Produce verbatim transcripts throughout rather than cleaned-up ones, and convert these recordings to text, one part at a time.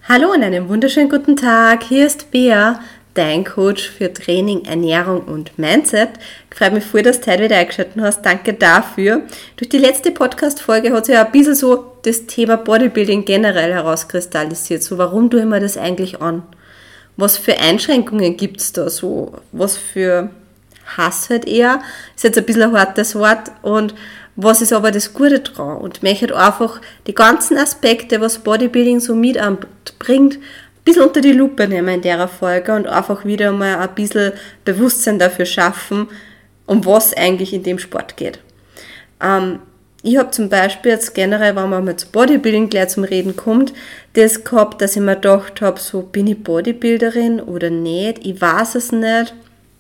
Hallo und einen wunderschönen guten Tag. Hier ist Bea, dein Coach für Training, Ernährung und Mindset. Ich freue mich voll, dass du heute wieder eingeschaltet hast. Danke dafür. Durch die letzte Podcast-Folge hat sich ja ein bisschen so das Thema Bodybuilding generell herauskristallisiert. So, warum tue ich mir das eigentlich an? Was für Einschränkungen gibt es da so? Was für Hass halt eher? Ist jetzt ein bisschen ein hartes Wort. Und was ist aber das Gute dran? Und ich möchte einfach die ganzen Aspekte, was Bodybuilding so mit bringt, ein bisschen unter die Lupe nehmen in der Folge und einfach wieder mal ein bisschen Bewusstsein dafür schaffen, um was eigentlich in dem Sport geht. Ähm, ich habe zum Beispiel jetzt generell, wenn man mal zu Bodybuilding gleich zum Reden kommt, das gehabt, dass ich mir gedacht habe, so bin ich Bodybuilderin oder nicht, ich weiß es nicht.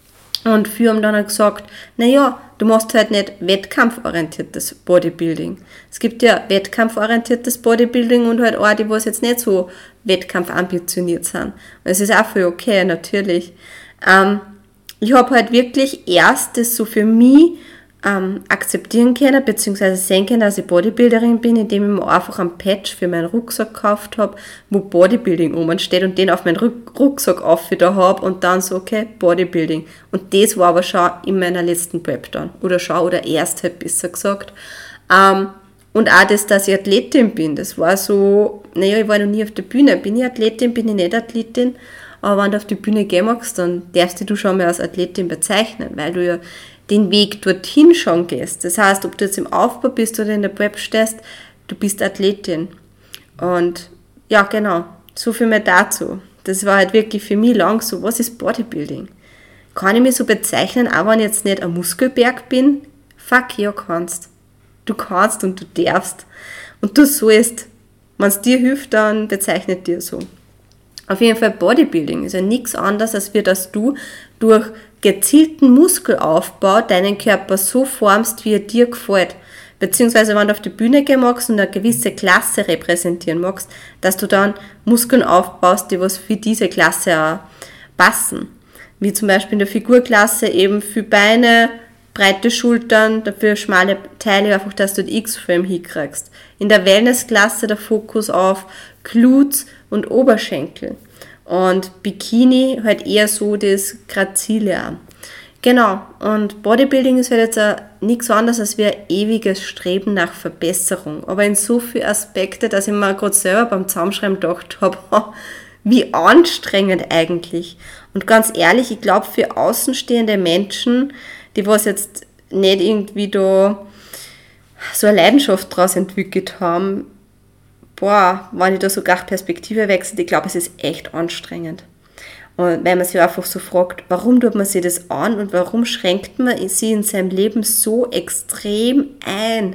Und viele haben dann gesagt, naja, du machst halt nicht wettkampforientiertes Bodybuilding. Es gibt ja wettkampforientiertes Bodybuilding und halt auch die, die jetzt nicht so wettkampfambitioniert sind. Und es ist auch voll okay, natürlich. Ähm, ich habe halt wirklich erst das so für mich ähm, akzeptieren können, beziehungsweise sehen können, dass ich Bodybuilderin bin, indem ich mir einfach einen Patch für meinen Rucksack gekauft habe, wo Bodybuilding oben steht und den auf meinen Rucksack auf wieder habe und dann so, okay, Bodybuilding. Und das war aber schon in meiner letzten Prep dann. Oder schon, oder erst halt besser gesagt. Ähm, und auch das, dass ich Athletin bin, das war so, naja, ich war noch nie auf der Bühne. Bin ich Athletin, bin ich nicht Athletin? Aber wenn du auf die Bühne gehen magst, dann darfst du dich schon mal als Athletin bezeichnen, weil du ja den Weg dorthin schon gehst. Das heißt, ob du jetzt im Aufbau bist oder in der Prep stehst, du bist Athletin. Und ja, genau, so viel mehr dazu. Das war halt wirklich für mich lang so, was ist Bodybuilding? Kann ich mich so bezeichnen, auch wenn ich jetzt nicht ein Muskelberg bin? Fuck, ja, kannst. Du kannst und du darfst. Und du sollst. Wenn es dir hilft, dann bezeichnet dir so. Auf jeden Fall Bodybuilding ist ja nichts anderes, als wir, dass du durch gezielten Muskelaufbau deinen Körper so formst, wie er dir gefällt. Beziehungsweise wenn du auf die Bühne gehen magst und eine gewisse Klasse repräsentieren magst, dass du dann Muskeln aufbaust, die was für diese Klasse auch passen. Wie zum Beispiel in der Figurklasse eben für Beine, breite Schultern, dafür schmale Teile, einfach, dass du die X-Frame hinkriegst. In der Wellnessklasse der Fokus auf Glutes und Oberschenkel. Und Bikini halt eher so das Grazile auch. Genau, und Bodybuilding ist halt jetzt auch nichts anderes als wie ein ewiges Streben nach Verbesserung. Aber in so vielen Aspekten, dass ich mir gerade selber beim Zusammenschreiben gedacht habe, wie anstrengend eigentlich. Und ganz ehrlich, ich glaube für außenstehende Menschen, die was jetzt nicht irgendwie da so eine Leidenschaft draus entwickelt haben, boah, wenn ich da sogar Perspektive wechsle, ich glaube, es ist echt anstrengend. Und wenn man sich einfach so fragt, warum tut man sich das an und warum schränkt man sie in seinem Leben so extrem ein?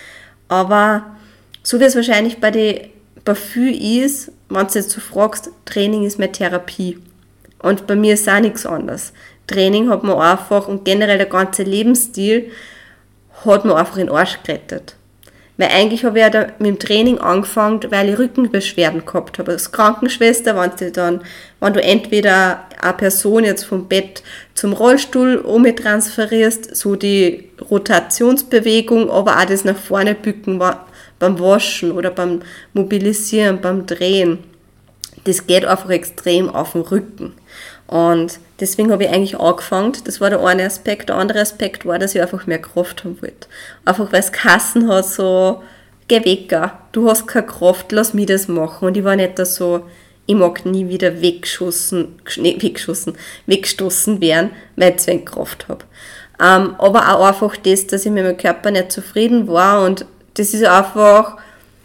Aber so wie es wahrscheinlich bei den bei viel ist, wenn du jetzt so fragst, Training ist meine Therapie. Und bei mir ist auch nichts anderes. Training hat man einfach und generell der ganze Lebensstil hat man einfach in den Arsch gerettet. Weil eigentlich habe ich ja da mit dem Training angefangen, weil ich Rückenbeschwerden gehabt habe. Als Krankenschwester, wenn du dann, wenn du entweder eine Person jetzt vom Bett zum Rollstuhl umtransferierst, so die Rotationsbewegung, aber auch das nach vorne bücken beim Waschen oder beim Mobilisieren, beim Drehen. Das geht einfach extrem auf den Rücken. Und deswegen habe ich eigentlich angefangen, das war der eine Aspekt. Der andere Aspekt war, dass ich einfach mehr Kraft haben wollte. Einfach weil es geheißen hat, so, geh weg, du hast keine Kraft, lass mich das machen. Und ich war nicht da so, ich mag nie wieder weggeschossen, nicht weggeschossen, weggestoßen werden, weil ich zu wenig Kraft habe. Ähm, aber auch einfach das, dass ich mit meinem Körper nicht zufrieden war und das ist einfach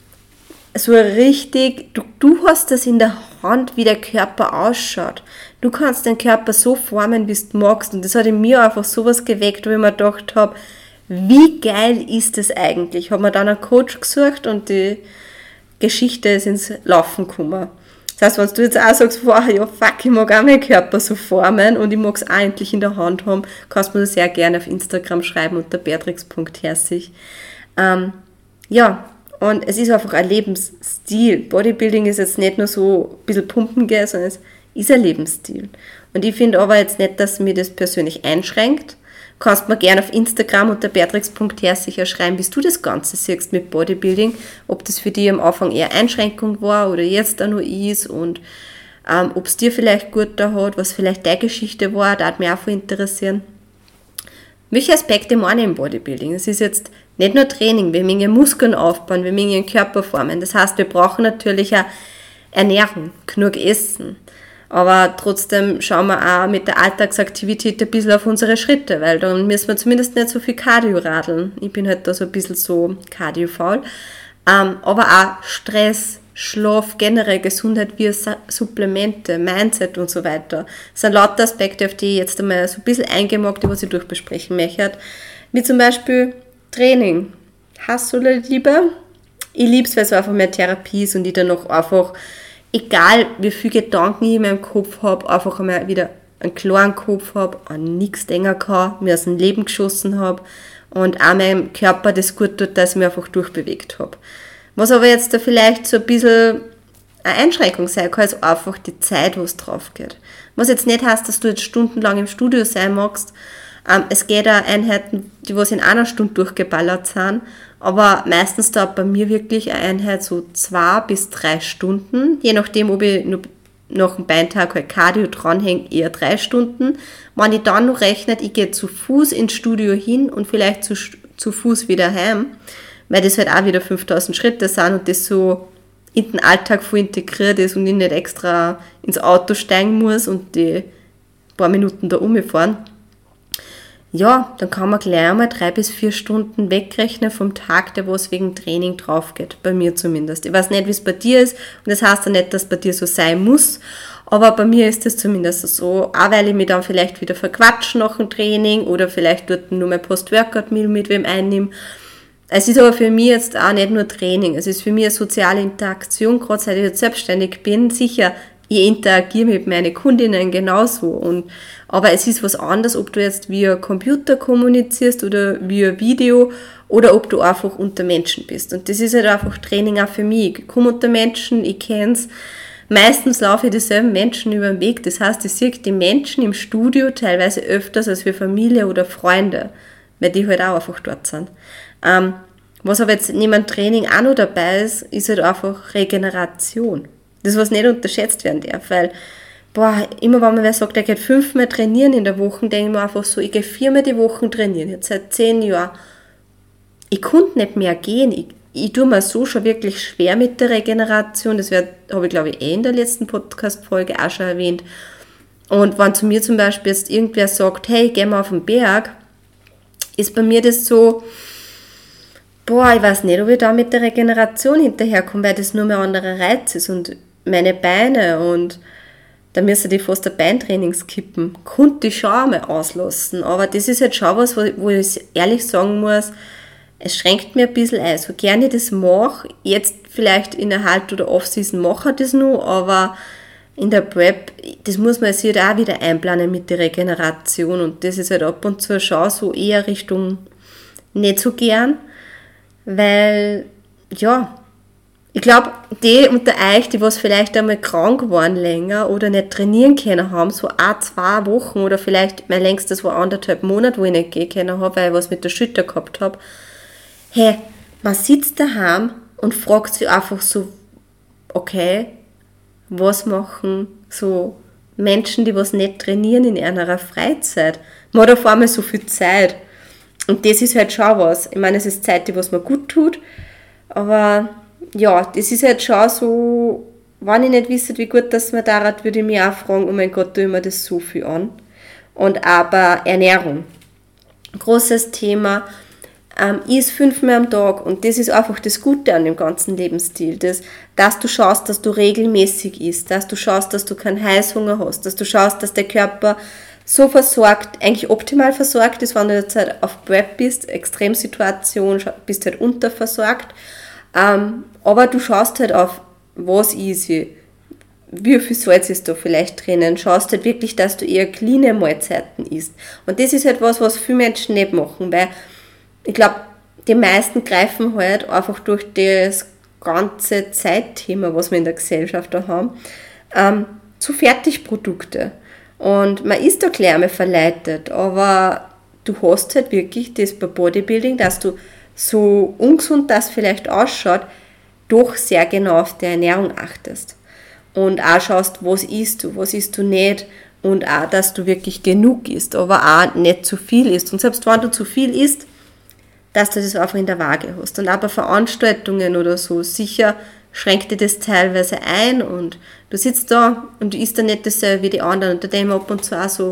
so richtig, du, du hast das in der Hand, wie der Körper ausschaut. Du kannst den Körper so formen, wie du magst. Und das hat in mir einfach sowas geweckt, wo ich mir gedacht habe, wie geil ist das eigentlich? Ich habe mir dann einen Coach gesucht und die Geschichte ist ins Laufen gekommen. Das heißt, wenn du jetzt auch sagst, wow, ja fuck, ich mag auch meinen Körper so formen und ich mag es auch endlich in der Hand haben, kannst du mir das sehr gerne auf Instagram schreiben unter beatrix punkt herzig. Ähm, ja, und es ist einfach ein Lebensstil. Bodybuilding ist jetzt nicht nur so ein bisschen pumpen gehen, sondern es ist ein Lebensstil. Und ich finde aber jetzt nicht, dass mir das persönlich einschränkt, Kannst mir gerne auf Instagram unter beatrix punkt her sicher schreiben, wie du das Ganze siehst mit Bodybuilding, ob das für dich am Anfang eher Einschränkung war oder jetzt auch noch ist und ähm, ob es dir vielleicht gut da hat, was vielleicht deine Geschichte war, das würde mich auch voll interessieren. Welche Aspekte meine ich im Bodybuilding? Es ist jetzt nicht nur Training, wir müssen Muskeln aufbauen, wir müssen den Körper formen. Das heißt, wir brauchen natürlich auch Ernährung, genug Essen. Aber trotzdem schauen wir auch mit der Alltagsaktivität ein bisschen auf unsere Schritte, weil dann müssen wir zumindest nicht so viel Cardio radeln. Ich bin halt da so ein bisschen so Cardio-faul. Ähm, aber auch Stress, Schlaf, generell Gesundheit wie Supplemente, Mindset und so weiter. Das sind lauter Aspekte, auf die ich jetzt einmal so ein bisschen eingemacht habe, was ich durchbesprechen möchte. Wie zum Beispiel Training. Hass oder Liebe? Ich liebe es, weil es einfach mehr Therapie ist und ich dann noch einfach, egal wie viele Gedanken ich in meinem Kopf habe, einfach einmal wieder einen klaren Kopf habe, an nichts denken kann, mir aus dem Leben geschossen habe und auch meinem Körper das gut tut, dass ich mich einfach durchbewegt habe. Was aber jetzt da vielleicht so ein bisschen eine Einschränkung sein kann, ist einfach die Zeit, wo es drauf geht. Was jetzt nicht heißt, dass du jetzt stundenlang im Studio sein magst. Ähm, es geht auch Einheiten, die was in einer Stunde durchgeballert sind, aber meistens dauert bei mir wirklich eine Einheit so zwei bis drei Stunden, je nachdem, ob ich noch nach dem Beintag halt Cardio dranhänge, eher drei Stunden. Wenn ich dann noch rechne, ich gehe zu Fuß ins Studio hin und vielleicht zu, zu Fuß wieder heim, weil das halt auch wieder fünftausend Schritte sind und das so in den Alltag voll integriert ist und ich nicht extra ins Auto steigen muss und die paar Minuten da umfahren. Ja, dann kann man gleich einmal drei bis vier Stunden wegrechnen vom Tag, der was wegen Training drauf geht, bei mir zumindest. Ich weiß nicht, wie es bei dir ist und das heißt ja nicht, dass es bei dir so sein muss, aber bei mir ist es zumindest so, auch weil ich mich dann vielleicht wieder verquatsche nach dem Training oder vielleicht dort nur mein Post-Workout-Meal mit wem einnehme. Es ist aber für mich jetzt auch nicht nur Training, es ist für mich eine soziale Interaktion, gerade seit ich jetzt selbstständig bin. Sicher, ich interagiere mit meinen Kundinnen genauso, und, aber es ist was anderes, ob du jetzt via Computer kommunizierst oder via Video oder ob du einfach unter Menschen bist. Und das ist halt einfach Training auch für mich. Ich komme unter Menschen, ich kenne es. Meistens laufe ich dieselben Menschen über den Weg, das heißt, ich sehe die Menschen im Studio teilweise öfters als für Familie oder Freunde, weil die halt auch einfach dort sind. Ähm, was aber jetzt neben dem Training auch noch dabei ist, ist halt einfach Regeneration. Das, was nicht unterschätzt werden darf, weil, boah, immer wenn man wer sagt, er geht fünfmal trainieren in der Woche, denke ich mir einfach so, ich gehe viermal die Woche trainieren, jetzt seit zehn Jahren. Ich konnte nicht mehr gehen, ich, ich tue mir so schon wirklich schwer mit der Regeneration, das habe ich glaube ich eh in der letzten Podcast-Folge auch schon erwähnt. Und wenn zu mir zum Beispiel jetzt irgendwer sagt, hey, geh mal auf den Berg, ist bei mir das so, boah, ich weiß nicht, ob ich da mit der Regeneration hinterherkomme, weil das nur mehr ein anderer Reiz ist und meine Beine, und da müsste ich fast ein Beintraining skippen. Konnte ich schon einmal auslassen, aber das ist jetzt schon was, wo ich ehrlich sagen muss, es schränkt mir ein bisschen ein. So gerne ich das mache, jetzt vielleicht in der Halt- oder Off-Season mache ich das noch, aber in der Prep, das muss man sich halt auch wieder einplanen mit der Regeneration, und das ist halt ab und zu schon so eher Richtung nicht so gern, weil, ja, ich glaube, die unter euch, die was vielleicht einmal krank waren länger oder nicht trainieren können haben, so ein, zwei Wochen oder vielleicht mein längstes war anderthalb Monate, wo ich nicht gehen können habe, weil ich was mit der Schulter gehabt habe. Hey, man sitzt daheim und fragt sich einfach so, okay, was machen so Menschen, die was nicht trainieren in ihrer Freizeit? Man hat auf einmal so viel Zeit. Und das ist halt schon was. Ich meine, es ist Zeit, die was mir gut tut, aber ja, das ist halt schon so, wenn ich nicht wüsste, wie gut das mir da hat, würde ich mich auch fragen, oh mein Gott, tue ich mir das so viel an. Und aber Ernährung. Großes Thema. Ähm, ich esse fünfmal am Tag, und das ist einfach das Gute an dem ganzen Lebensstil, das, dass du schaust, dass du regelmäßig isst, dass du schaust, dass du keinen Heißhunger hast, dass du schaust, dass der Körper so versorgt, eigentlich optimal versorgt ist, wenn du jetzt halt auf Prep bist, Extremsituation, bist halt unterversorgt, ähm, aber du schaust halt auf, was easy, wie viel Salz ist da vielleicht drinnen, schaust halt wirklich, dass du eher cleane Mahlzeiten isst, und das ist halt was, was viele Menschen nicht machen, weil ich glaube, die meisten greifen halt einfach durch das ganze Zeitthema, was wir in der Gesellschaft da haben, ähm, zu Fertigprodukte. Und man ist da gleich einmal verleitet, aber du hast halt wirklich das bei Bodybuilding, dass du so ungesund das vielleicht ausschaut, doch sehr genau auf die Ernährung achtest. Und auch schaust, was isst du, was isst du nicht und auch, dass du wirklich genug isst, aber auch nicht zu viel isst. Und selbst wenn du zu viel isst, dass du das einfach in der Waage hast. Und auch bei Veranstaltungen oder so, sicher schränkt dir das teilweise ein und du sitzt da und du isst dann nicht dasselbe wie die anderen. Und da denke ich mir ab und zu auch so,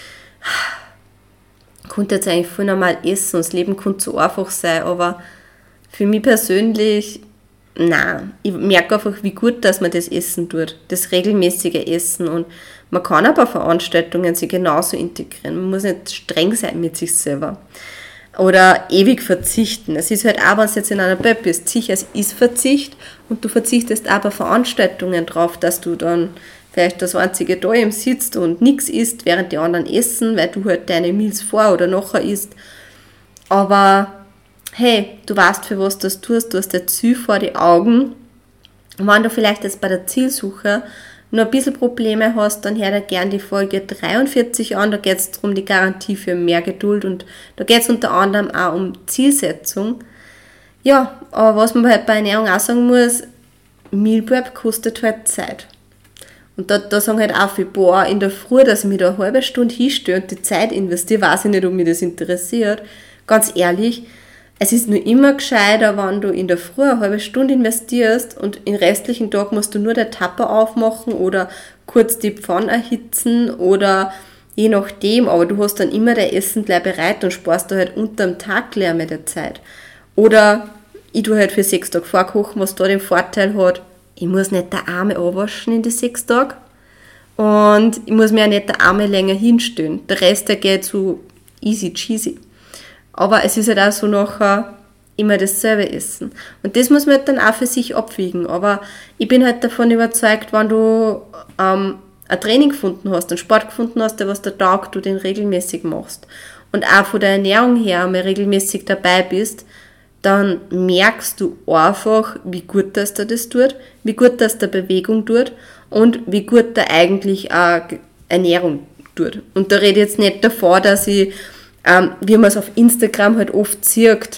ich konnte jetzt eigentlich voll normal essen und das Leben konnte so einfach sein, aber für mich persönlich, nein, ich merke einfach, wie gut, dass man das Essen tut, das regelmäßige Essen, und man kann auch bei Veranstaltungen sich genauso integrieren, man muss nicht streng sein mit sich selber oder ewig verzichten. Es ist halt auch, wenn du jetzt in einer Pub bist, sicher, es ist Verzicht und du verzichtest auch bei Veranstaltungen drauf, dass du dann vielleicht das einzige da eben sitzt und nichts isst, während die anderen essen, weil du halt deine Meals vor oder nachher isst. Aber hey, du weißt, für was du das tust, du hast dein Ziel vor die Augen. Und wenn du vielleicht jetzt bei der Zielsuche noch ein bisschen Probleme hast, dann hör dir gerne die Folge dreiundvierzig an, da geht es darum, die Garantie für mehr Geduld, und da geht es unter anderem auch um Zielsetzung. Ja, aber was man halt bei Ernährung auch sagen muss, Meal Prep kostet halt Zeit. Und da, da sagen halt auch viele, boah, in der Früh, dass ich mich da eine halbe Stunde hinstelle und die Zeit investiere, weiß ich nicht, ob mich das interessiert. Ganz ehrlich, es ist nur immer gescheiter, wenn du in der Früh eine halbe Stunde investierst und den restlichen Tag musst du nur den Tupper aufmachen oder kurz die Pfanne erhitzen oder je nachdem, aber du hast dann immer dein Essen gleich bereit und sparst da halt unterm Tag gleich mehr der Zeit. Oder ich tue halt für sechs Tage vorkochen, was da den Vorteil hat, ich muss nicht der Arme anwaschen in die sechs Tage und ich muss mir auch nicht der Arme länger hinstellen. Der Rest, der geht so easy cheesy. Aber es ist halt auch so nachher immer dasselbe Essen. Und das muss man halt dann auch für sich abwiegen. Aber ich bin halt davon überzeugt, wenn du ähm, ein Training gefunden hast, einen Sport gefunden hast, der was dir taugt, du den regelmäßig machst und auch von der Ernährung her einmal regelmäßig dabei bist, dann merkst du einfach, wie gut das dir das tut, wie gut das der Bewegung tut und wie gut da eigentlich auch Ernährung tut. Und da rede ich jetzt nicht davon, dass ich Ähm, wie man es auf Instagram halt oft sieht,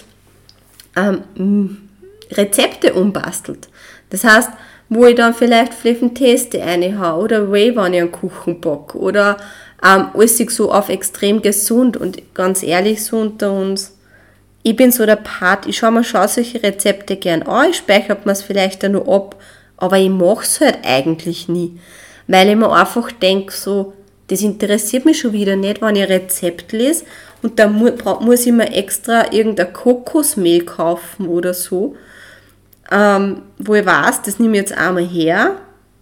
ähm, Rezepte umbastelt. Das heißt, wo ich dann vielleicht Fliffenteste reinhaue oder Whey, wenn ich einen Kuchen backe oder ähm, alles so auf extrem gesund. Und ganz ehrlich, so unter uns, ich bin so der Part, ich schaue mir schon solche Rezepte gern an, ich speichere mir es vielleicht auch noch ab, aber ich mache es halt eigentlich nie, weil ich mir einfach denke, so, das interessiert mich schon wieder nicht, wenn ich ein Rezept lese und dann mu- muss ich mir extra irgendein Kokosmehl kaufen oder so, ähm, wo ich weiß, das nehme ich jetzt einmal her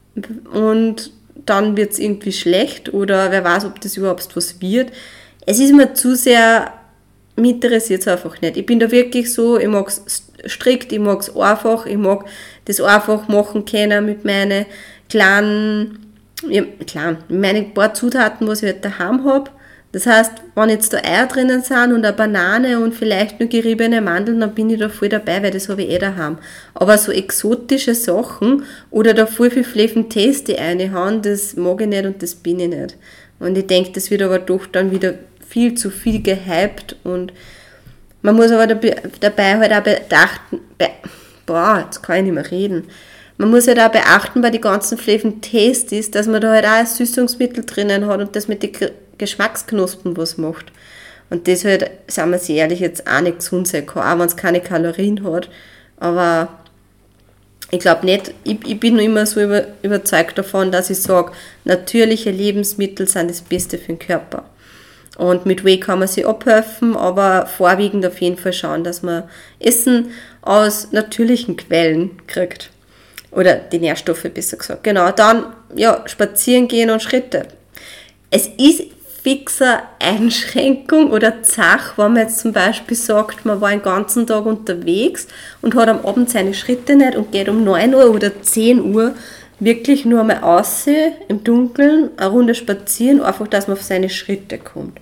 und dann wird es irgendwie schlecht oder wer weiß, ob das überhaupt was wird. Es ist mir zu sehr, mich interessiert es einfach nicht. Ich bin da wirklich so, ich mag es strikt, ich mag es einfach, ich mag das einfach machen können mit meinen kleinen Ja, klar, meine paar Zutaten, was ich halt daheim habe. Das heißt, wenn jetzt da Eier drinnen sind und eine Banane und vielleicht nur geriebene Mandeln, dann bin ich da voll dabei, weil das habe ich eh daheim. Aber so exotische Sachen oder da voll viel Fliffenteste reinhauen, das mag ich nicht und das bin ich nicht. Und ich denke, das wird aber doch dann wieder viel zu viel gehypt und man muss aber dabei halt auch beachten, be, boah, jetzt kann ich nicht mehr reden. Man muss halt auch beachten bei den ganzen Fliffentestes, dass man da halt auch ein Süßungsmittel drinnen hat und das mit den Geschmacksknospen was macht. Und das halt, sagen wir sehr ehrlich, jetzt auch nicht gesund sein kann, auch wenn es keine Kalorien hat. Aber ich glaube nicht, ich, ich bin immer so über, überzeugt davon, dass ich sage, natürliche Lebensmittel sind das Beste für den Körper. Und mit Whey kann man sich abhelfen, aber vorwiegend auf jeden Fall schauen, dass man Essen aus natürlichen Quellen kriegt. Oder die Nährstoffe, besser gesagt. Genau, dann, ja, spazieren gehen und Schritte. Es ist fixer Einschränkung oder Zach, wenn man jetzt zum Beispiel sagt, man war den ganzen Tag unterwegs und hat am Abend seine Schritte nicht und geht um neun Uhr oder zehn Uhr wirklich nur einmal raus im Dunkeln, eine Runde spazieren, einfach, dass man auf seine Schritte kommt.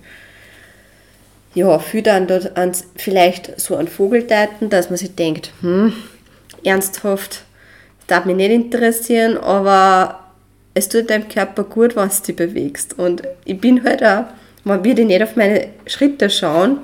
Ja, viel dann dort ans, vielleicht so an Vogeldeuten, dass man sich denkt, hm, ernsthaft, darf mich nicht interessieren, aber es tut deinem Körper gut, wenn du dich bewegst. Und ich bin halt auch wenn würde ich nicht auf meine Schritte schauen,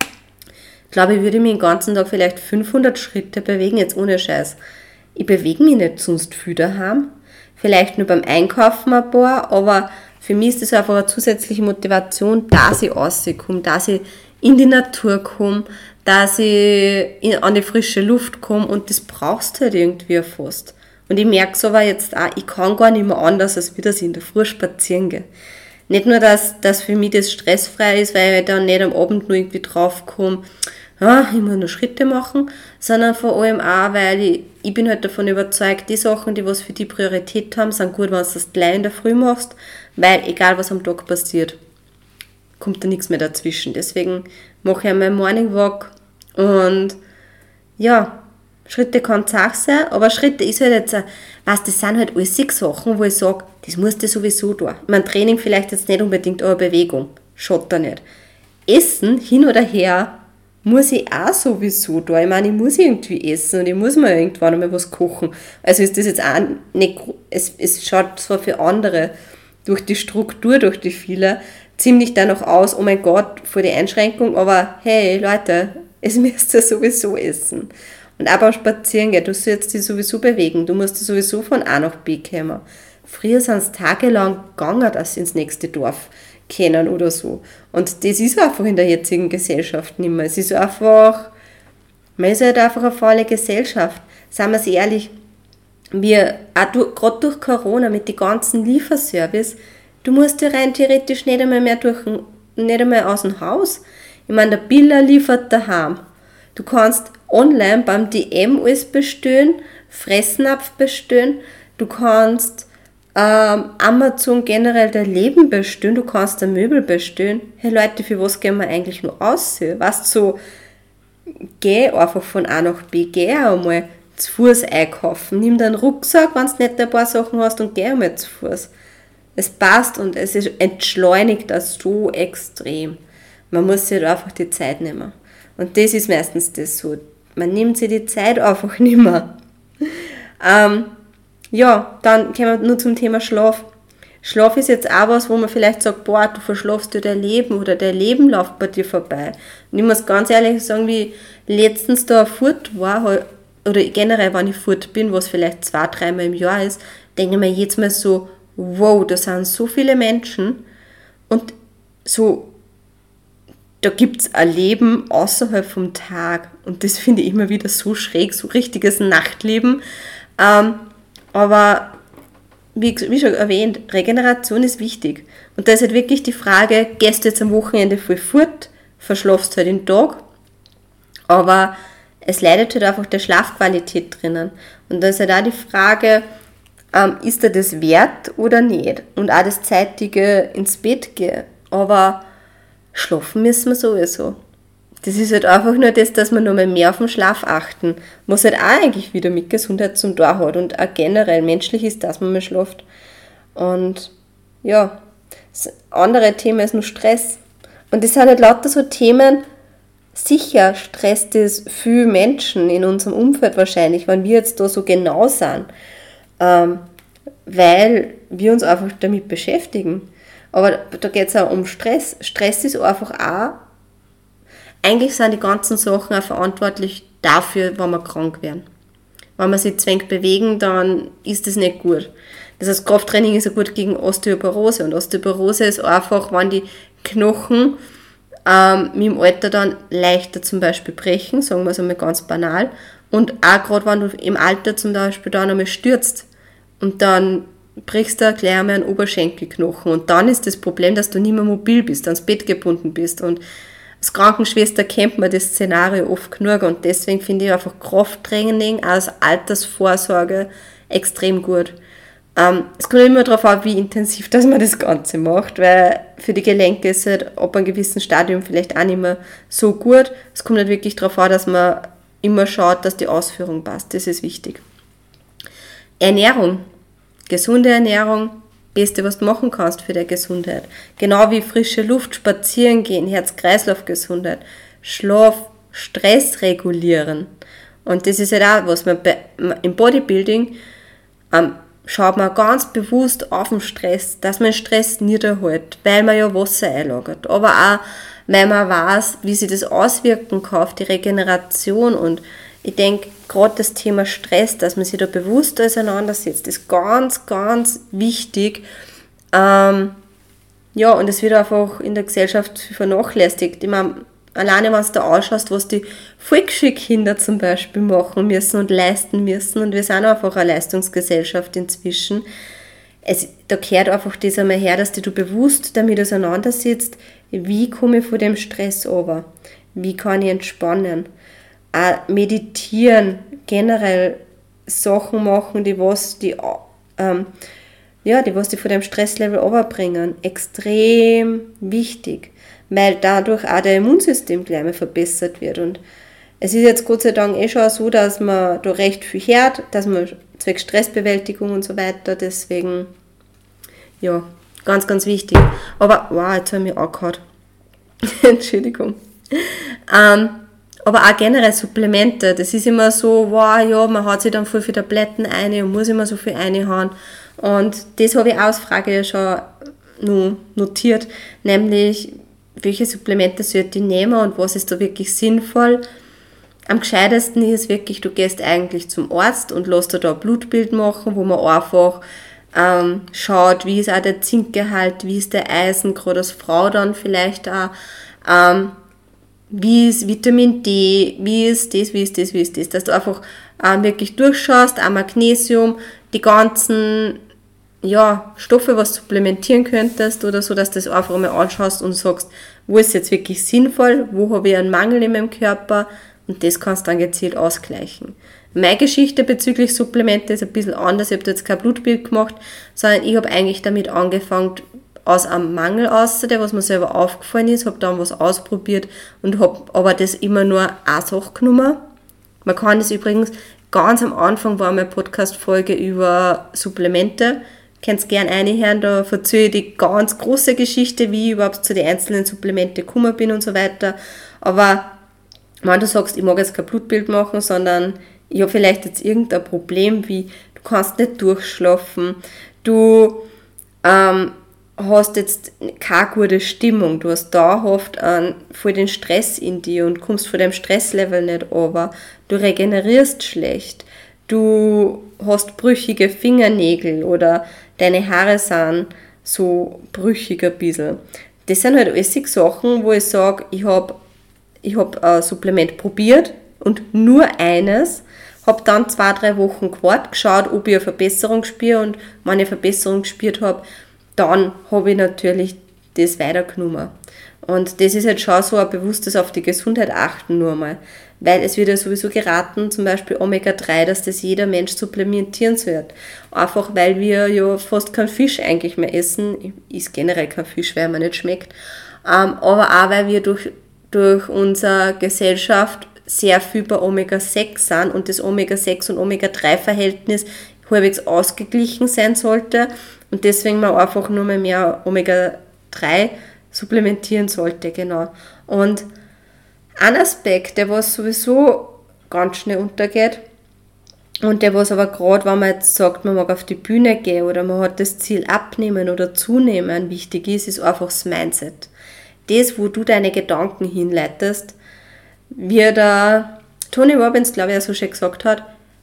glaube ich, würde ich mich den ganzen Tag vielleicht fünfhundert Schritte bewegen, jetzt ohne Scheiß. Ich bewege mich nicht sonst viel daheim. Vielleicht nur beim Einkaufen ein paar, aber für mich ist das einfach eine zusätzliche Motivation, dass ich rauskomme, dass ich in die Natur komme, dass ich in, an die frische Luft komme und das brauchst du halt irgendwie fast. Und ich merke es aber jetzt auch, ich kann gar nicht mehr anders, als wie dass ich in der Früh spazieren gehe. Nicht nur, dass, dass für mich das stressfrei ist, weil ich dann nicht am Abend nur irgendwie drauf komme, ah, ich muss noch Schritte machen, sondern vor allem auch, weil ich, ich bin halt davon überzeugt, die Sachen, die was für die Priorität haben, sind gut, wenn du das gleich in der Früh machst, weil egal was am Tag passiert, kommt da nichts mehr dazwischen. Deswegen mache ich einmal Morning Walk und ja, Schritte kann es auch sein, aber Schritte ist halt jetzt, weißt, das sind halt alles sechs Sachen, wo ich sage, das musst du sowieso tun. Mein Training vielleicht jetzt nicht unbedingt, aber Bewegung, schaut da nicht. Essen, hin oder her, muss ich auch sowieso da. Ich meine, ich muss irgendwie essen und ich muss mir irgendwann einmal was kochen. Also ist das jetzt auch nicht, es, es schaut zwar für andere durch die Struktur, durch die viele, ziemlich danach aus, oh mein Gott, vor die Einschränkung, aber hey, Leute, es müsst ihr sowieso essen. Und auch beim Spazierengehen, du sollst dich sowieso bewegen, du musst dich sowieso von A nach B kommen. Früher sind es tagelang gegangen, dass sie ins nächste Dorf kennen oder so. Und das ist einfach in der jetzigen Gesellschaft nicht mehr. Es ist einfach, man ist halt einfach eine faule Gesellschaft. Seien wir es ehrlich, wir, auch durch, gerade durch Corona mit den ganzen Lieferservice, du musst ja rein theoretisch nicht einmal mehr durch, nicht einmal aus dem Haus. Ich meine, der Biller liefert daheim. Du kannst online beim D M alles bestellen, Fressnapf bestellen, du kannst ähm, Amazon generell dein Leben bestellen, du kannst ein Möbel bestellen. Hey Leute, für was gehen wir eigentlich nur aus? Weißt du, so, geh einfach von A nach B, geh einmal zu Fuß einkaufen, nimm deinen Rucksack, wenn du nicht ein paar Sachen hast und geh einmal zu Fuß. Es passt und es ist entschleunigt das so extrem. Man muss sich halt einfach die Zeit nehmen. Und das ist meistens das so. Man nimmt sich die Zeit einfach nicht mehr. Ähm, ja, dann kommen wir nur zum Thema Schlaf. Schlaf ist jetzt auch was, wo man vielleicht sagt, boah, du verschlafst dir dein Leben oder dein Leben läuft bei dir vorbei. Und ich muss ganz ehrlich sagen, wie ich letztens da fort war, oder generell, wenn ich fort bin, was vielleicht zwei, dreimal im Jahr ist, denke ich mir jetzt mal so, wow, da sind so viele Menschen und so, da gibt es ein Leben außerhalb vom Tag und das finde ich immer wieder so schräg, so richtiges Nachtleben. Ähm, aber wie, wie schon erwähnt, Regeneration ist wichtig und da ist halt wirklich die Frage, gehst du jetzt am Wochenende voll fort, verschlafst halt den Tag, aber es leidet halt einfach der Schlafqualität drinnen und da ist halt auch die Frage, ähm, ist dir das wert oder nicht und auch das zeitige ins Bett gehen, aber schlafen müssen wir sowieso. Das ist halt einfach nur das, dass wir nochmal mehr auf den Schlaf achten, was halt auch eigentlich wieder mit Gesundheit zum Tor hat und auch generell menschlich ist, dass man mal schlaft. Und ja, das andere Thema ist nur Stress. Und das sind halt lauter so Themen, sicher stresst das viele Menschen in unserem Umfeld wahrscheinlich, wenn wir jetzt da so genau sind, ähm, weil wir uns einfach damit beschäftigen. Aber da geht es auch um Stress. Stress ist einfach auch, eigentlich sind die ganzen Sachen auch verantwortlich dafür, wenn wir krank werden. Wenn man sich zwängt bewegen, dann ist das nicht gut. Das heißt, Krafttraining ist ja gut gegen Osteoporose und Osteoporose ist einfach, wenn die Knochen ähm, mit dem Alter dann leichter zum Beispiel brechen, sagen wir es einmal ganz banal, und auch gerade wenn du im Alter zum Beispiel dann einmal stürzt und dann brichst du gleich einmal einen Oberschenkelknochen und dann ist das Problem, dass du nicht mehr mobil bist, ans Bett gebunden bist und als Krankenschwester kennt man das Szenario oft genug und deswegen finde ich einfach Krafttraining als Altersvorsorge extrem gut. Ähm, es kommt immer darauf an, wie intensiv dass man das Ganze macht, weil für die Gelenke ist es halt ab einem gewissen Stadium vielleicht auch nicht mehr so gut. Es kommt halt wirklich darauf an, dass man immer schaut, dass die Ausführung passt. Das ist wichtig. Ernährung. Gesunde Ernährung, Beste, was du machen kannst für deine Gesundheit. Genau wie frische Luft, spazieren gehen, Herz-Kreislauf-Gesundheit, Schlaf, Stress regulieren. Und das ist halt auch, was man bei, im Bodybuilding, ähm, schaut man ganz bewusst auf den Stress, dass man Stress niederhält, weil man ja Wasser einlagert. Aber auch, weil man weiß, wie sich das auswirken kann auf die Regeneration. Und ich denke, gerade das Thema Stress, dass man sich da bewusst auseinandersetzt, ist ganz, ganz wichtig. Ähm, ja, und es wird einfach in der Gesellschaft vernachlässigt. Ich meine, alleine wenn du da anschaust, was die Volksschulkinder zum Beispiel machen müssen und leisten müssen, und wir sind einfach eine Leistungsgesellschaft inzwischen, es, da gehört einfach das einmal her, dass du bewusst damit auseinandersetzt, wie komme ich von dem Stress runter, wie kann ich entspannen, auch meditieren, generell Sachen machen, die was die, ähm, ja, die was die von dem Stresslevel runterbringen, extrem wichtig, weil dadurch auch das Immunsystem gleich mal verbessert wird. Und es ist jetzt Gott sei Dank eh schon so, dass man da recht viel hört, dass man zwecks Stressbewältigung und so weiter, deswegen, ja, ganz, ganz wichtig. Aber, wow, jetzt habe ich mich angehauen. Entschuldigung. Ähm, aber auch generell Supplemente, das ist immer so, wow, ja, man hat sich dann voll viele Tabletten rein und muss immer so viel reinhauen. Und das habe ich auch als Frage ja schon noch notiert, nämlich, welche Supplemente sollte ich nehmen und was ist da wirklich sinnvoll. Am gescheitesten ist wirklich, du gehst eigentlich zum Arzt und lässt dir da ein Blutbild machen, wo man einfach ähm, schaut, wie ist auch der Zinkgehalt, wie ist der Eisen, gerade als Frau dann vielleicht auch, ähm, wie ist Vitamin D, wie ist das, wie ist das, wie ist das, dass du einfach ähm, wirklich durchschaust, auch Magnesium, die ganzen ja, Stoffe, was supplementieren könntest oder so, dass du das einfach mal anschaust und sagst, wo ist jetzt wirklich sinnvoll, wo habe ich einen Mangel in meinem Körper, und das kannst du dann gezielt ausgleichen. Meine Geschichte bezüglich Supplemente ist ein bisschen anders. Ich habe jetzt kein Blutbild gemacht, sondern ich habe eigentlich damit angefangen, aus einem Mangel aus, der was mir selber aufgefallen ist, habe dann was ausprobiert und habe aber das immer nur eine Sache genommen. Man kann das übrigens, ganz am Anfang war meine Podcast-Folge über Supplemente, könnt ihr gerne reinhören, da erzähle ich die ganz große Geschichte, wie ich überhaupt zu den einzelnen Supplemente gekommen bin und so weiter. Aber wenn du sagst, ich mag jetzt kein Blutbild machen, sondern ich habe vielleicht jetzt irgendein Problem, wie du kannst nicht durchschlafen, du ähm, hast jetzt keine gute Stimmung, du hast dauerhaft einen, voll den Stress in dir und kommst von deinem Stresslevel nicht runter, du regenerierst schlecht, du hast brüchige Fingernägel oder deine Haare sind so brüchig ein bisschen. Das sind halt alles Sachen, wo ich sage, ich habe ich hab ein Supplement probiert und nur eines, habe dann zwei, drei Wochen gewartet, geschaut, ob ich eine Verbesserung spüre, und wenn ich eine Verbesserung gespürt habe, dann habe ich natürlich das weitergenommen. Und das ist halt schon so ein bewusstes auf die Gesundheit achten nur mal. Weil es wird ja sowieso geraten, zum Beispiel Omega drei, dass das jeder Mensch supplementieren sollte. Einfach weil wir ja fast keinen Fisch eigentlich mehr essen. Ich esse generell keinen Fisch, weil mir nicht schmeckt. Aber auch weil wir durch, durch unsere Gesellschaft sehr viel bei Omega sechs sind und das Omega sechs und Omega drei Verhältnis halbwegs ausgeglichen sein sollte. Und deswegen man einfach nur mal mehr Omega drei supplementieren sollte, genau. Und ein Aspekt, der was sowieso ganz schnell untergeht und der was aber gerade, wenn man jetzt sagt, man mag auf die Bühne gehen oder man hat das Ziel abnehmen oder zunehmen, wichtig ist, ist einfach das Mindset. Das, wo du deine Gedanken hinleitest, wie der Tony Robbins, glaube ich, auch so schön gesagt hat,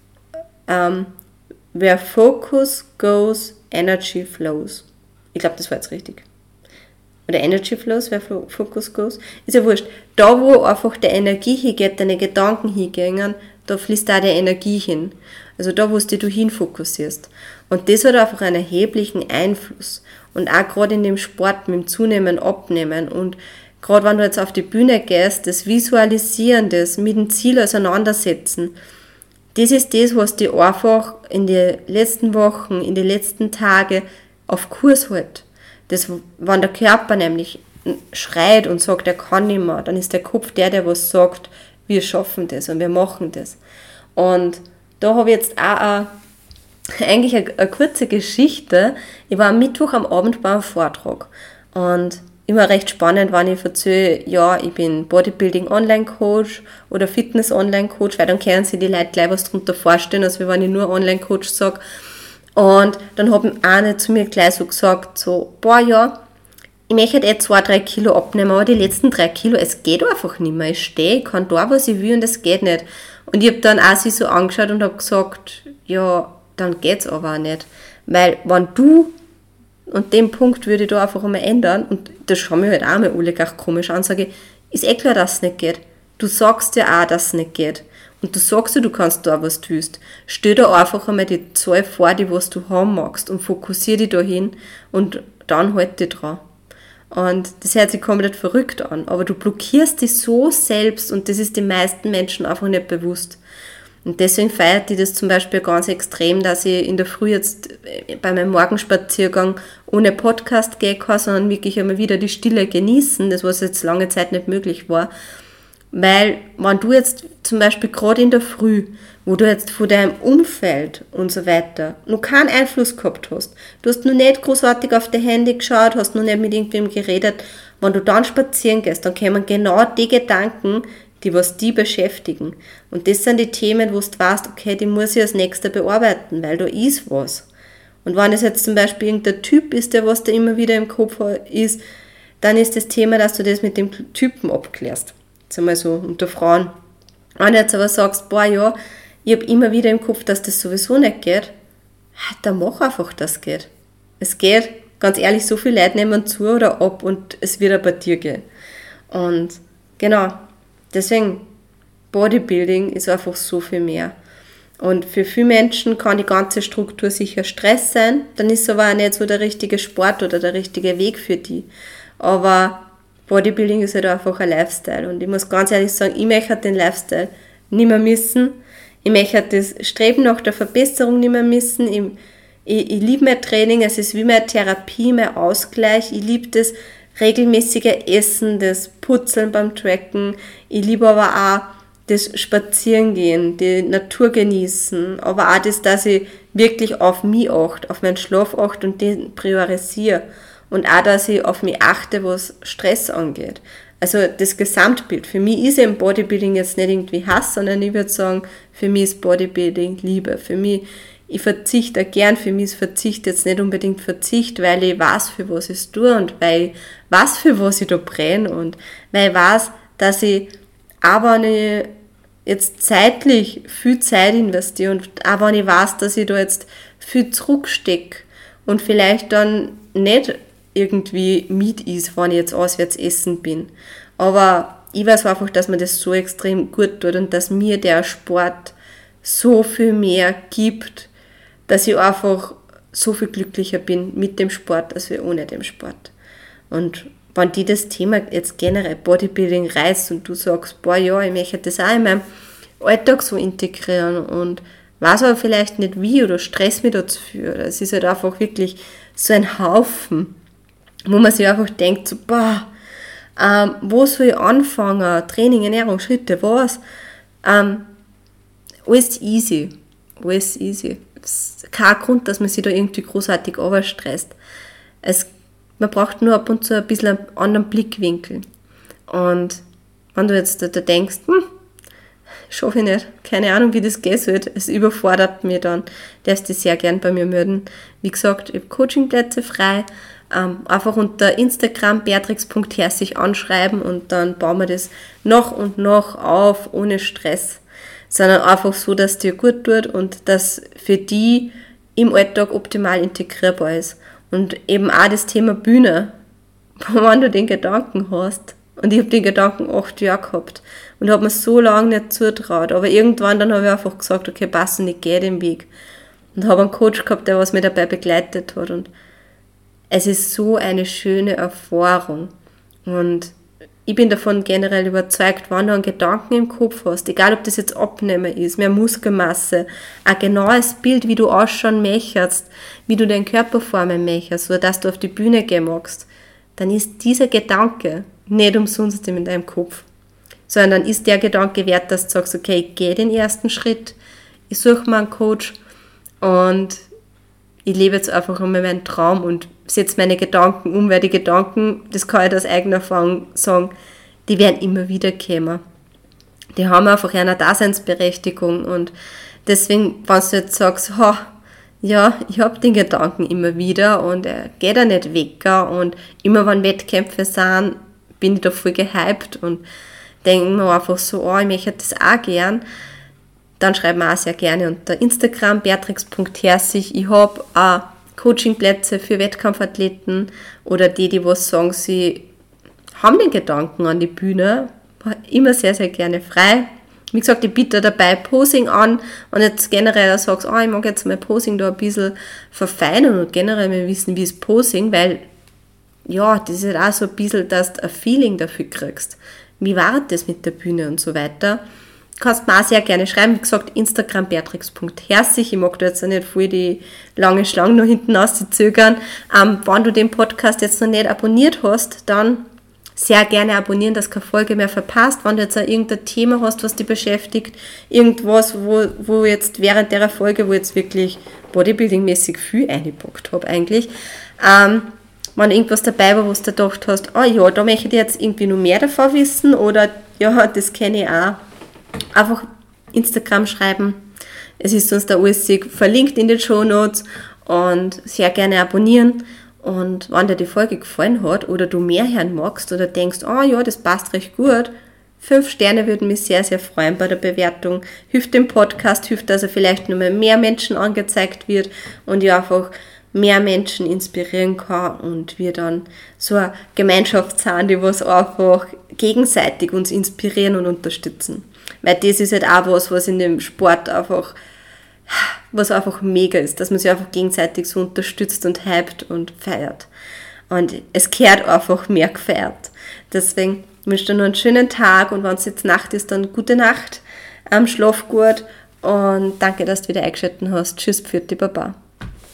um, where focus goes, energy flows. Ich glaube, das war jetzt richtig. Oder Energy flows, where focus goes. Ist ja wurscht. Da, wo einfach die Energie hingeht, deine Gedanken hingehen, da fließt da die Energie hin. Also da, wo du hinfokussierst. Und das hat einfach einen erheblichen Einfluss. Und auch gerade in dem Sport, mit dem Zunehmen, Abnehmen und gerade wenn du jetzt auf die Bühne gehst, das Visualisieren, das mit dem Ziel auseinandersetzen, das ist das, was dich einfach in den letzten Wochen, in den letzten Tagen auf Kurs hält. Das, wenn der Körper nämlich schreit und sagt, er kann nicht mehr, dann ist der Kopf der, der was sagt, wir schaffen das und wir machen das. Und da habe ich jetzt auch eine, eigentlich eine, eine kurze Geschichte. Ich war am Mittwoch am Abend bei einem Vortrag und immer recht spannend, wenn ich erzähle, ja, ich bin Bodybuilding-Online-Coach oder Fitness-Online-Coach, weil dann können sich die Leute gleich was darunter vorstellen, als wenn ich nur Online-Coach sage. Und dann hat eine zu mir gleich so gesagt, so, boah ja, ich möchte eh zwei, drei Kilo abnehmen, aber die letzten drei Kilo, es geht einfach nicht mehr. Ich stehe, ich kann da, was ich will und es geht nicht. Und ich habe dann auch sie so angeschaut und habe gesagt, ja, dann geht's aber auch nicht. Weil, wenn du, und den Punkt würde ich da einfach einmal ändern, und das schauen wir halt auch mal alle gleich komisch an, sage ich, ist eh klar, dass es nicht geht. Du sagst ja auch, dass es nicht geht. Und du sagst ja, du kannst da, was du willst. Stell dir einfach einmal die Zahl vor, die was du haben magst, und fokussiere dich da hin und dann halt dich dran. Und das hört sich komplett verrückt an, aber du blockierst dich so selbst und das ist den meisten Menschen einfach nicht bewusst. Und deswegen feiert die das zum Beispiel ganz extrem, dass ich in der Früh jetzt bei meinem Morgenspaziergang ohne Podcast gehen kann, sondern wirklich einmal wieder die Stille genießen, das was jetzt lange Zeit nicht möglich war. Weil, wenn du jetzt zum Beispiel gerade in der Früh, wo du jetzt von deinem Umfeld und so weiter noch keinen Einfluss gehabt hast, du hast noch nicht großartig auf dein Handy geschaut, hast noch nicht mit irgendwem geredet, wenn du dann spazieren gehst, dann kommen genau die Gedanken, die was die beschäftigen. Und das sind die Themen, wo du weißt, okay, die muss ich als nächster bearbeiten, weil da ist was. Und wenn es jetzt zum Beispiel irgendein Typ ist, der was da immer wieder im Kopf ist, dann ist das Thema, dass du das mit dem Typen abklärst. Jetzt einmal so unter Frauen. Wenn du jetzt aber sagst, boah ja, ich habe immer wieder im Kopf, dass das sowieso nicht geht, dann mach einfach, dass es geht. Es geht, ganz ehrlich, so viele Leute nehmen zu oder ab und es wird auch bei dir gehen. Und genau, deswegen, Bodybuilding ist einfach so viel mehr. Und für viele Menschen kann die ganze Struktur sicher Stress sein, dann ist es aber auch nicht so der richtige Sport oder der richtige Weg für die. Aber Bodybuilding ist halt einfach ein Lifestyle und ich muss ganz ehrlich sagen, ich möchte den Lifestyle nicht mehr missen. Ich möchte das Streben nach der Verbesserung nicht mehr missen. Ich, ich, ich liebe mein Training, es ist wie meine Therapie, mein Ausgleich. Ich liebe das regelmäßige Essen, das Putzeln beim Tracken. Ich liebe aber auch das Spazierengehen, die Natur genießen, aber auch das, dass ich wirklich auf mich achte, auf meinen Schlaf achte und den priorisiere. Und auch, dass ich auf mich achte, was Stress angeht. Also das Gesamtbild. Für mich ist eben Bodybuilding jetzt nicht irgendwie Hass, sondern ich würde sagen, für mich ist Bodybuilding Liebe. Für mich, ich verzichte gern, für mich ist Verzicht jetzt nicht unbedingt Verzicht, weil ich weiß, für was ich es tue und weil ich weiß, für was ich da brenne und weil ich weiß, dass ich, auch wenn ich jetzt zeitlich viel Zeit investiere und auch wenn ich weiß, dass ich da jetzt viel zurückstecke und vielleicht dann nicht irgendwie mit ist, wenn ich jetzt auswärts essen bin. Aber ich weiß einfach, dass mir das so extrem gut tut und dass mir der Sport so viel mehr gibt, dass ich einfach so viel glücklicher bin mit dem Sport, als wir ohne dem Sport. Und wenn die das Thema jetzt generell Bodybuilding reißt und du sagst, boah ja, ich möchte das auch in meinem Alltag so integrieren und weiß aber vielleicht nicht wie oder stress mich dazu für. Es ist halt einfach wirklich so ein Haufen, wo man sich einfach denkt, so, boah, ähm, wo soll ich anfangen? Training, Ernährung, Schritte, was? Ähm, alles easy. Alles easy. Es ist kein Grund, dass man sich da irgendwie großartig überstresst. Es, man braucht nur ab und zu ein bisschen einen anderen Blickwinkel. Und wenn du jetzt da, da denkst, hm, schaffe ich nicht, keine Ahnung, wie das gehen soll, es überfordert mich dann, darfst du dich sehr gern bei mir melden. Wie gesagt, ich habe Coachingplätze frei, ähm, einfach unter Instagram beatrix punkt herzig anschreiben und dann bauen wir das noch und noch auf, ohne Stress, sondern einfach so, dass es dir gut tut und dass für die im Alltag optimal integrierbar ist. Und eben auch das Thema Bühne, wenn du den Gedanken hast, und ich habe den Gedanken acht Jahre gehabt und habe mir so lange nicht zutraut, aber irgendwann dann habe ich einfach gesagt, okay, passt und ich gehe den Weg. Und habe einen Coach gehabt, der was mich dabei begleitet hat und es ist so eine schöne Erfahrung und ich bin davon generell überzeugt, wenn du einen Gedanken im Kopf hast, egal ob das jetzt Abnehmen ist, mehr Muskelmasse, ein genaues Bild, wie du ausschauen möchtest, wie du deinen Körper formen möchtest, oder dass du auf die Bühne gehen magst, dann ist dieser Gedanke nicht umsonst in deinem Kopf, sondern dann ist der Gedanke wert, dass du sagst, okay, ich gehe den ersten Schritt, ich suche mir einen Coach und ich lebe jetzt einfach einmal meinen Traum und setze meine Gedanken um, weil die Gedanken, das kann ich aus eigener Erfahrung sagen, die werden immer wieder kommen. Die haben einfach eine Daseinsberechtigung und deswegen, wenn du jetzt sagst, ha, ja, ich habe den Gedanken immer wieder und er geht auch nicht weg. Und immer wenn Wettkämpfe sind, bin ich da voll gehypt und denke mir einfach so, oh, ich möchte das auch gern. Dann schreibt mir auch sehr gerne unter Instagram beatrix punkt herzig. Ich habe auch Coachingplätze für Wettkampfathleten oder die, die was sagen, sie haben den Gedanken an die Bühne, immer sehr, sehr gerne frei. Wie gesagt, ich biete dabei Posing an und jetzt generell sagst, oh, ich mag jetzt mein Posing da ein bisschen verfeinern und generell mal wissen, wie ist Posing, weil ja, das ist auch so ein bisschen, dass du ein Feeling dafür kriegst. Wie war das mit der Bühne und so weiter. Du kannst mir auch sehr gerne schreiben, wie gesagt, Instagram beatrix punkt herzig. Ich mag da jetzt auch nicht voll die lange Schlange noch hinten auszuzögern. Ähm, wenn du den Podcast jetzt noch nicht abonniert hast, dann sehr gerne abonnieren, dass du keine Folge mehr verpasst. Wenn du jetzt auch irgendein Thema hast, was dich beschäftigt, irgendwas, wo, wo jetzt während der Folge, wo jetzt wirklich Bodybuilding-mäßig viel eingepackt habe eigentlich, ähm, wenn irgendwas dabei war, wo du gedacht hast, ah oh ja, da möchte ich jetzt irgendwie noch mehr davon wissen oder ja, das kenne ich auch, einfach Instagram schreiben. Es ist sonst da alles verlinkt in den Shownotes und sehr gerne abonnieren. Und wenn dir die Folge gefallen hat oder du mehr hören magst oder denkst, oh ja, das passt recht gut, fünf Sterne würden mich sehr, sehr freuen bei der Bewertung. Hilft dem Podcast, hilft, dass er vielleicht nur mehr Menschen angezeigt wird und ich einfach mehr Menschen inspirieren kann und wir dann so eine Gemeinschaft sind, die was einfach gegenseitig uns inspirieren und unterstützen. Weil das ist halt auch was, was in dem Sport einfach was einfach mega ist, dass man sich einfach gegenseitig so unterstützt und hypt und feiert. Und es gehört einfach mehr gefeiert. Deswegen wünsche ich dir noch einen schönen Tag und wenn es jetzt Nacht ist, dann gute Nacht, ähm, schlaf gut und danke, dass du wieder eingeschaltet hast. Tschüss, Pfiat, Baba.